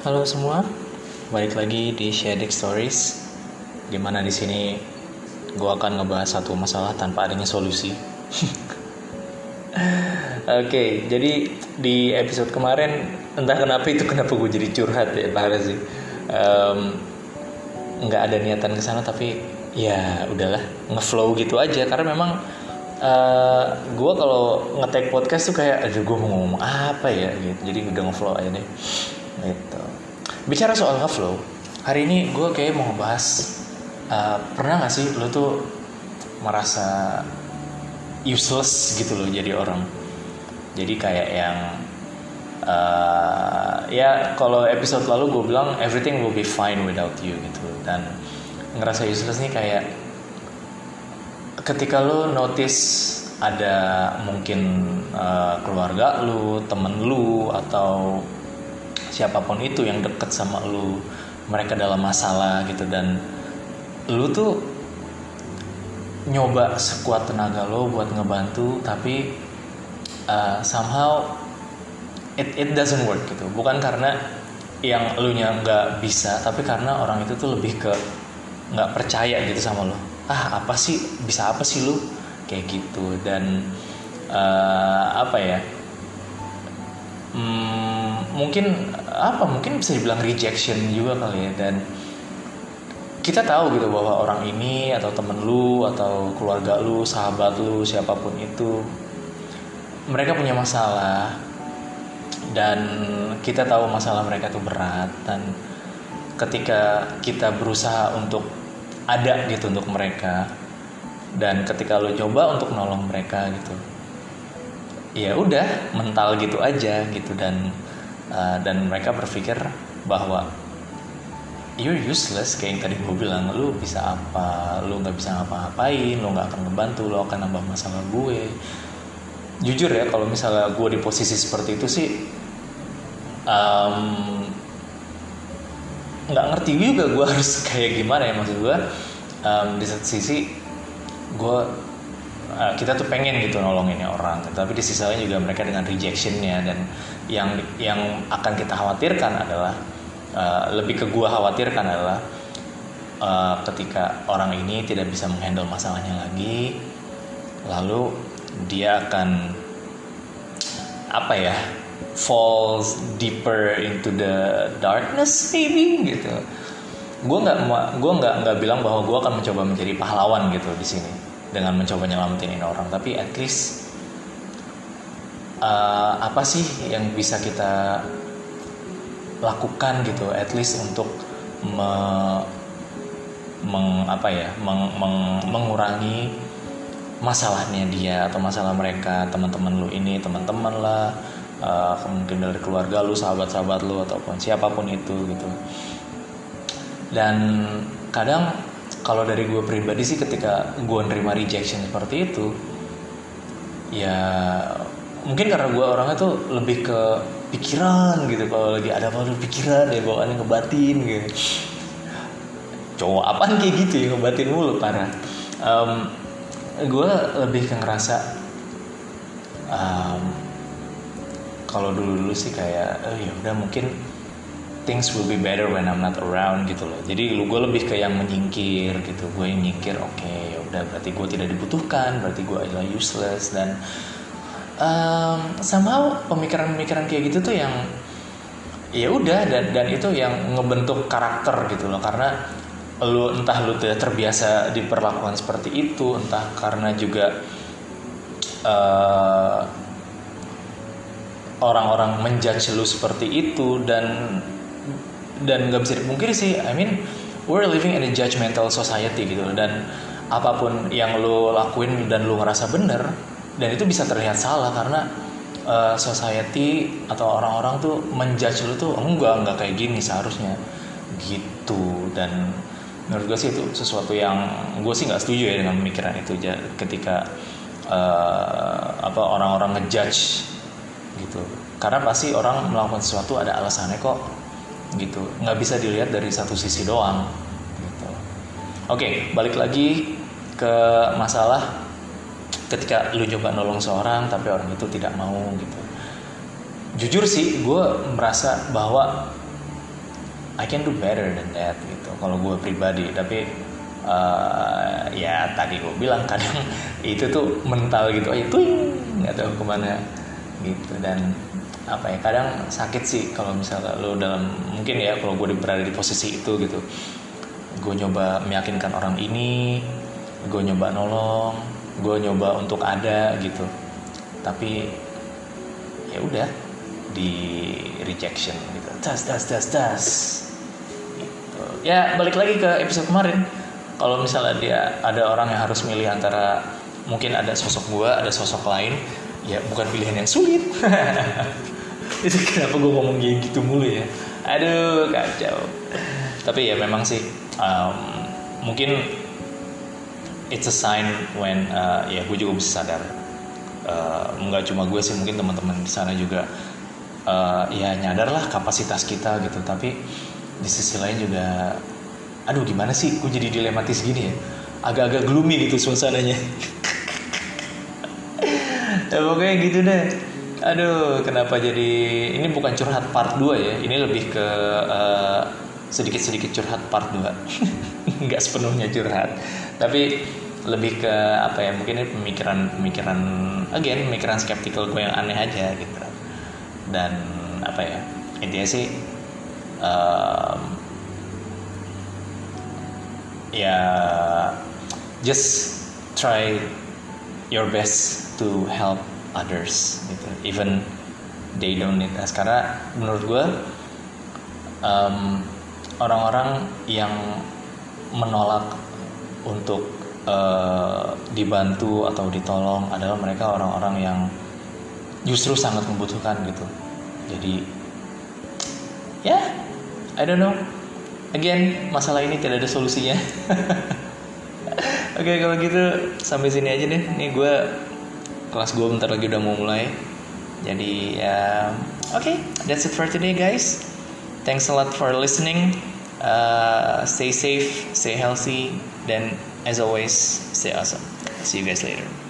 Halo semua, balik lagi di Shadik Stories, dimana di sini gue akan ngebahas satu masalah tanpa adanya solusi. Oke, jadi di episode kemarin entah kenapa gue jadi curhat ya, parah sih. Nggak ada niatan kesana tapi ya udahlah, ngeflow gitu aja karena memang gue kalau nge-take podcast tuh kayak aduh gue mau ngomong apa ya gitu, jadi udah ngeflow aja deh gitu. Bicara soal ngeflow, hari ini gue kayak mau ngebahas pernah gak sih lo tuh merasa useless gitu loh jadi orang. Jadi kayak yang ya kalau episode lalu gue bilang everything will be fine without you gitu, dan ngerasa useless nih kayak ketika lo notice ada mungkin keluarga lu, temen lu, atau siapapun itu yang deket sama lu, mereka dalam masalah gitu, dan lu tuh nyoba sekuat tenaga lo buat ngebantu, tapi somehow it doesn't work gitu. Bukan karena yang lu nya nggak bisa, tapi karena orang itu tuh lebih ke nggak percaya gitu sama lo. Apa sih, bisa apa sih lu kayak gitu. Dan mungkin bisa dibilang rejection juga kali ya. Dan kita tahu gitu bahwa orang ini atau temen lu atau keluarga lu, sahabat lu, siapapun itu, mereka punya masalah, dan kita tahu masalah mereka tuh berat. Dan ketika kita berusaha untuk ada gitu untuk mereka, dan ketika lo coba untuk nolong mereka gitu, ya udah mental gitu aja gitu. Dan mereka berpikir bahwa you're useless, kayak yang tadi gue bilang, lu bisa apa, lu nggak bisa ngapa-ngapain, lu nggak akan ngebantu, lu akan nambah masalah gue. Jujur ya, kalau misalnya gue di posisi seperti itu sih nggak ngerti juga gue harus kayak gimana ya. Maksud gue di satu sisi gue kita tuh pengen gitu nolongin orang, tapi di sisi lain juga mereka dengan rejectionnya. Dan yang akan kita khawatirkan adalah lebih ke gue khawatirkan adalah ketika orang ini tidak bisa menghandle masalahnya lagi, lalu dia akan falls deeper into the darkness maybe gitu. Gue nggak bilang bahwa gue akan mencoba menjadi pahlawan gitu di sini dengan mencoba nyelamatin orang, tapi at least apa sih yang bisa kita lakukan gitu, at least untuk mengurangi masalahnya dia atau masalah mereka, teman-teman lu ini, teman-teman lah, mungkin dari keluarga lu, sahabat-sahabat lu, ataupun siapapun itu gitu. Dan kadang kalau dari gue pribadi sih, ketika gue nerima rejection seperti itu, ya mungkin karena gue orangnya tuh lebih ke pikiran gitu. Kalau lagi ada apa pikiran ya bawaannya ngebatin gitu. Cowok apaan kayak gitu ya, ngebatin mulu, parah. Gue lebih ke ngerasa kalau dulu sih kayak ya udah, mungkin things will be better when I'm not around gitu loh. Jadi gue lebih ke yang menyingkir gitu. Gue yang nyingkir, oke, ya udah, berarti gue tidak dibutuhkan, berarti gue adalah useless. Dan somehow pemikiran kayak gitu tuh yang ya udah, dan itu yang ngebentuk karakter gitu loh. Karena entah lu tidak terbiasa diperlakukan seperti itu, entah karena juga orang-orang menjudge lu seperti itu. Dan nggak bisa dipungkiri sih, I mean we're living in a judgmental society gitu. Dan apapun yang lu lakuin dan lu ngerasa bener, dan itu bisa terlihat salah karena society atau orang-orang tuh menjudge lu tuh enggak kayak gini seharusnya gitu. Dan menurut gue sih itu sesuatu yang gue sih nggak setuju ya dengan pemikiran itu. Ketika orang-orang ngejudge gitu, karena pasti orang melakukan sesuatu ada alasannya kok gitu, nggak bisa dilihat dari satu sisi doang gitu. Oke, balik lagi ke masalah ketika lu coba nolong seorang tapi orang itu tidak mau gitu. Jujur sih gue merasa bahwa I can do better than that gitu kalau gue pribadi. Tapi ya tadi gue bilang kadang itu tuh mental gitu, itu nggak tahu kemana gitu. Dan apa ya, kadang sakit sih kalau misalnya lo dalam, mungkin ya kalau gue berada di posisi itu gitu, gue nyoba meyakinkan orang ini, gue nyoba nolong, gue nyoba untuk ada gitu, tapi ya udah di rejection gitu, das gitu. Ya balik lagi ke episode kemarin, kalau misalnya dia ada orang yang harus milih antara, mungkin ada sosok gue, ada sosok lain, ya bukan pilihan yang sulit. Itu kenapa gue ngomong gitu mulu ya, aduh kacau. Tapi ya memang sih mungkin it's a sign when ya gue juga bisa sadar, nggak cuma gue sih, mungkin teman-teman di sana juga ya nyadarlah kapasitas kita gitu. Tapi di sisi lain juga, aduh gimana sih, gue jadi dilematis gini ya, agak-agak gloomy gitu suasananya. Ya pokoknya gitu deh. Aduh, kenapa jadi, ini bukan curhat part 2 ya, ini lebih ke sedikit-sedikit curhat part 2. Nggak sepenuhnya curhat, tapi lebih ke apa ya, mungkin ini pemikiran skeptical gue yang aneh aja gitu. Dan apa ya, intinya sih ya just try your best to help others gitu, even they don't need us. Karena menurut gue orang-orang yang menolak untuk dibantu atau ditolong adalah mereka orang-orang yang justru sangat membutuhkan gitu. Jadi ya I don't know, again masalah ini tidak ada solusinya. Oke, kalau gitu sampai sini aja deh. Nih gue, kelas gue bentar lagi udah mau mulai. Jadi ya okay, that's it for today guys. Thanks a lot for listening. Stay safe, stay healthy, dan as always, stay awesome. See you guys later.